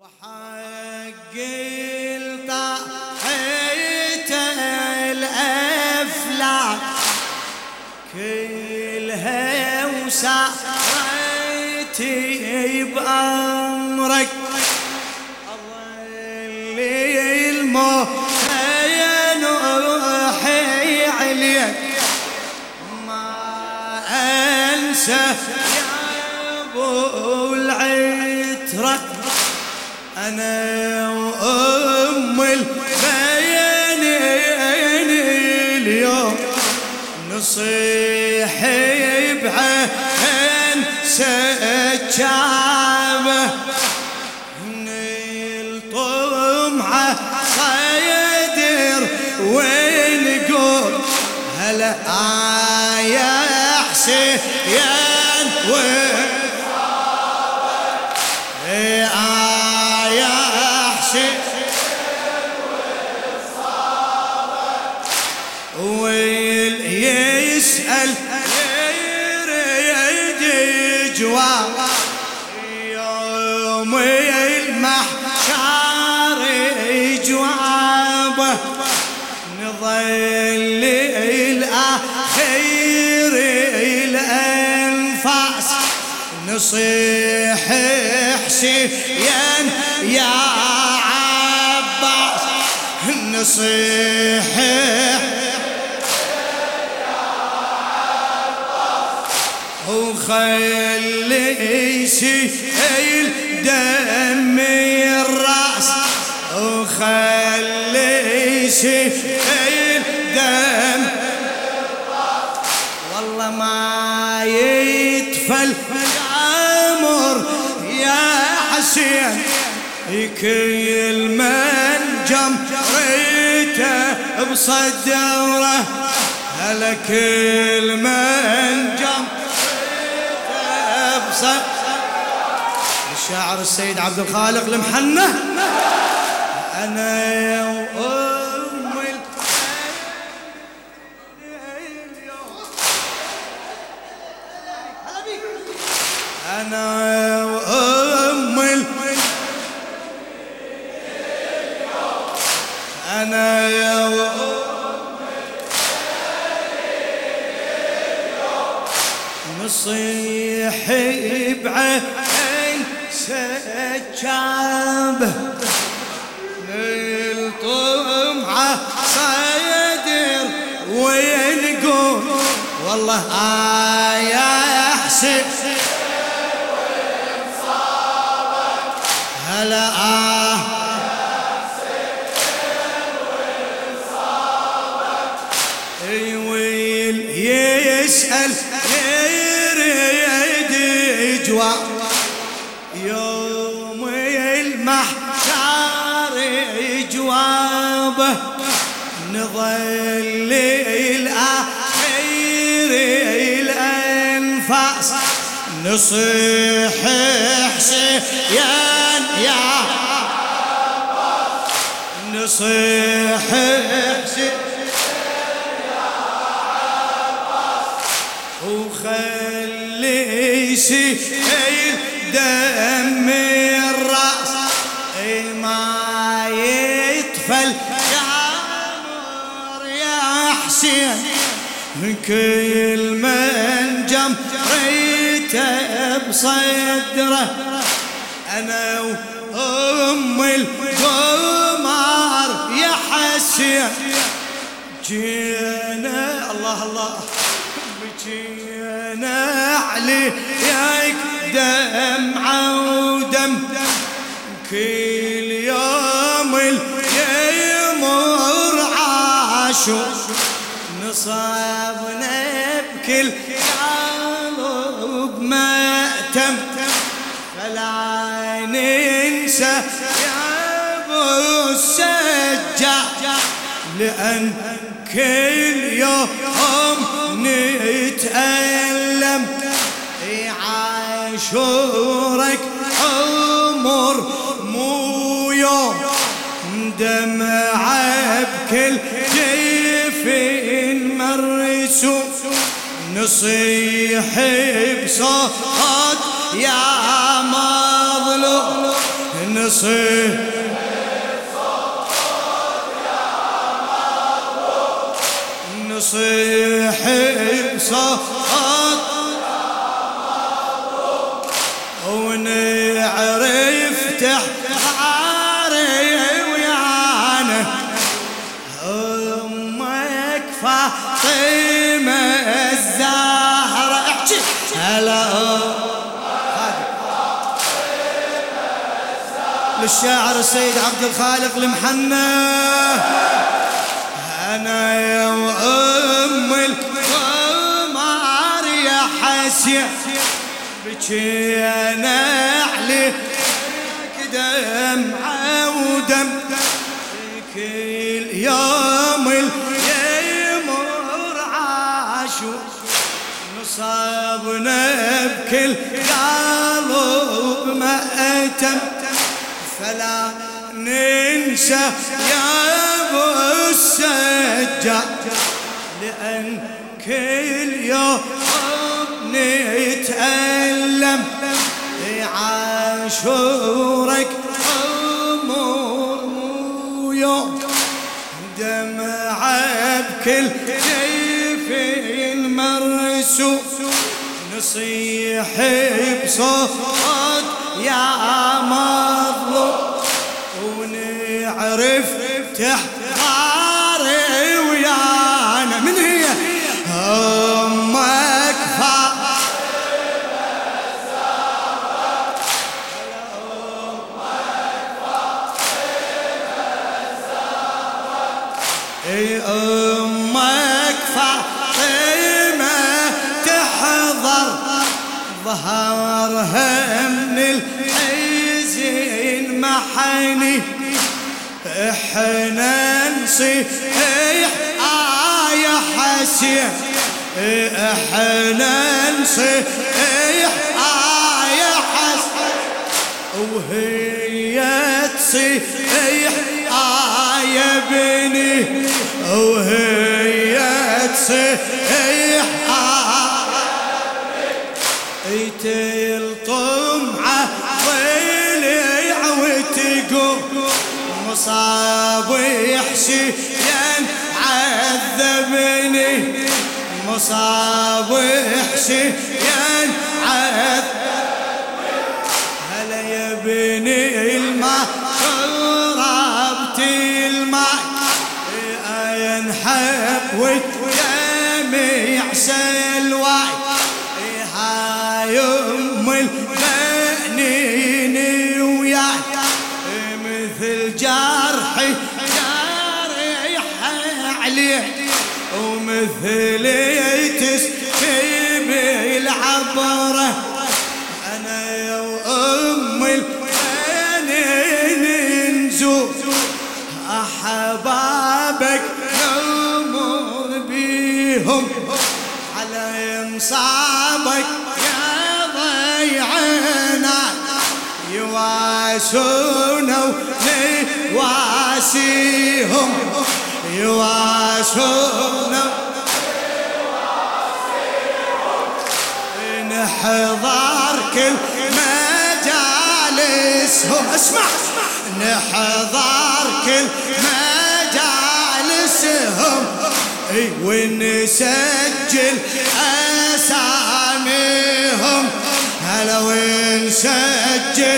وحق الطاحت الأفلاك كلها وساريتي بأمرك أظل الموت ينوحي عليك ما أنسى يا أبو العترة أنا وأم البينين اليوم نصيح بعين سجابة نلطمعه صيدر ونقول هلا يا حسين ويسأل يريد جواب يوم المحشر جوابه نظل الأخير الأنفاس نصيح حسين يا عباس نصيح وخلي يسيل دمي الراس وخلي يسيل دم الراس والله ما يتفل الامر يا حسين كل من جمرته بصدره هلا كل من الشاعر السيد عبد الخالق المحنة أنا وأم أنا وأم أنا وأم نصيح بعين سجابه نلطمعه صيدر ونقول والله يا حسين هلا يسأل يريد جواب يوم المحشر جوابه نظل الأخير الأنفاس نصيح حسين يا نصيح حسين وخلي يسيل دمي الراس ما يتفل جمر يا حسين كل من جمرته بصدره انا وام القمر يا حسين جينا الله الله جينا عليك دمعة ودم كل يوم يمر عاشور نصابنا بكل قلب مأتم فلا ننسى يا ابو السجاد لأن كل يوم نتألم عاشورك عمر مو يوم دمعة بكل جفن مرسوم نصيح بصوت يا مظلوم نصيح نصيح بصوت ونعرف تحراري ويانا أمك فاطمة الزهرة احكي هلا للشاعر السيد عبد الخالق المحنى أنا يا أم القمر يا حسين بكي أنا عليك دمعة ودم كل يوم يمر عاشور نصابنا بكل قلب مأتم فلا ننسى يا ابو السجاد لأن كل يوم نتألم عاشورك أمور مو يوم دمعة بكل جيف مرسوم نصيح بصوت يا مظلوم ونعرف تحراري ويانا من هي أمك أمك فاطمة تحضر ظهرها من الحزن محني احنا نصيح يا حسين احنا نصيح يا حسين وهي تصيح يا بني وهي تصيح تلطم عضلي وتقوم مصاب حسين عذبني مصاب حسين عذبني هلا يا بني الماء شربت الماء ينحب ويا سلواي هاي ام المنين وياي مثل جرحي جارح عليه ومثل تسكب العبره انا يا ام المنين نزور احبابك نمر بيهم على انصابك يا ضيعنا يواسونا ونواسيهم يواسونا نحضر كل مجالسهم اسمع نحضر كل مجالسهم ونسجل أساميهم هلا ونسجل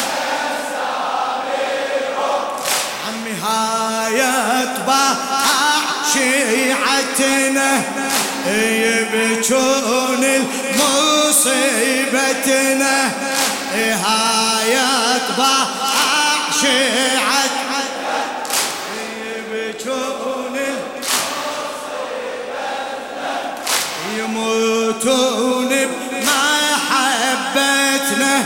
أساميهم عمي هاي اطباع شيعتنا يبكون المصيبتنا هاي اطباع شيعتنا يبكون يموتون بمحبتنا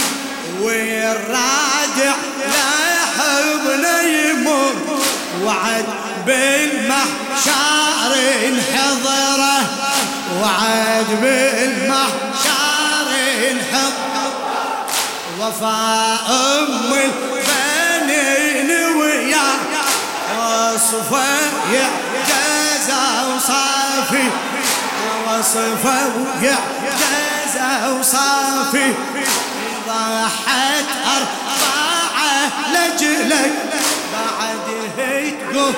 والرادع لحبنا يموت وعد بالمحشر انحضره وعد بالمحشر انحضره وفاء ام البنين وياه وصفه يعجز وصافي وصفه يعجز وصافي ضحت 4 لأجلك بعدها تقول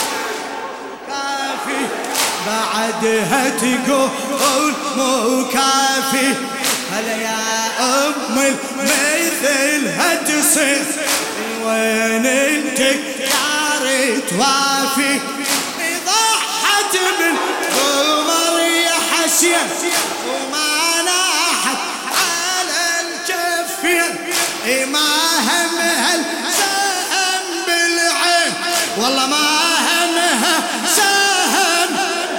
كافي، بعدها تقول مو كافي. هلا يا أم مثلها تصير وين انتك يا ريت وافي. ضحت بالقمر يا حسين وما ناحت على الجفين، ما همها السهم بالعين والله ما همها سهم،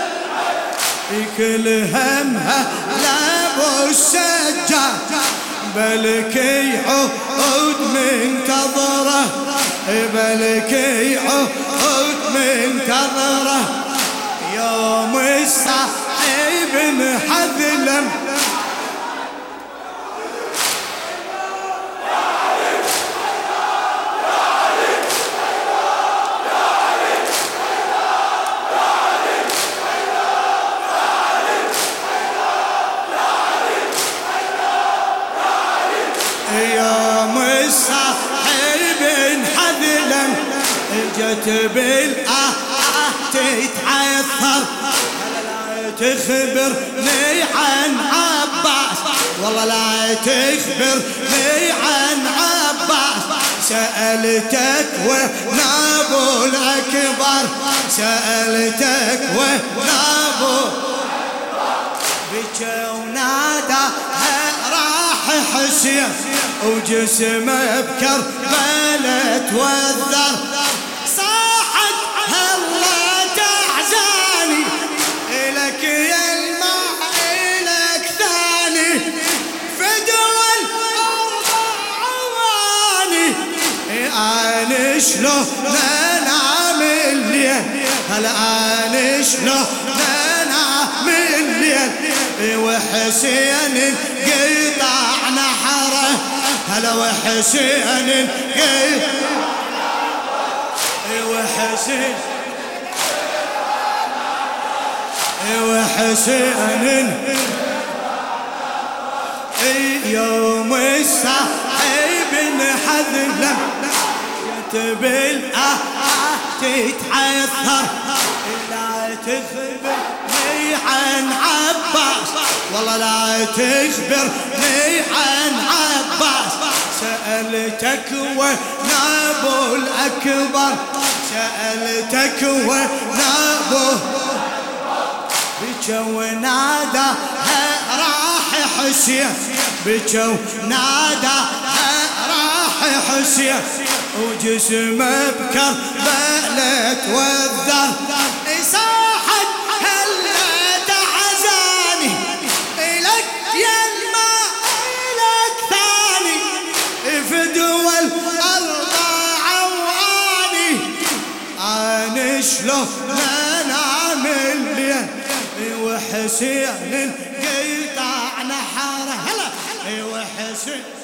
كل همها لابو السجاد بلك يعود منتظره، بلك يعود منتظره. يوم الصاحب انحذلم يوم الصاحب انحذلم جت تتعثر. لا تخبرني عن عباس والله لا تخبرني عن عباس، سألتك ونابو الأكبر، سألتك ونابو بكى ونادى راح حسين وجسمه بكربلة توذر. صاحت هلا تحزاني إلك يا الماء إلك ثاني فدوى الأرض عواني. أنا شلون أنام الليل، هلا أنا شلون أنام الليل وحسين قطع نحره، هلا وحسين وحسين وحسين يوم الصاحب انحذلم بالآه تتعثر. لا تخبرني عن عباس والله لا تخبرني عن عباس، سألتك ونابو الأكبر، سألتك ونابو بكى ونادى راح حسين، بكى ونادى راح حسين وجسمه بكربلة توذر. صاحت هلا تحزاني إلك يا الماء إلك ثاني فدوى الأرض عواني. أنا شلون أنام الليل وحسين قطع نحره، هلا وحسين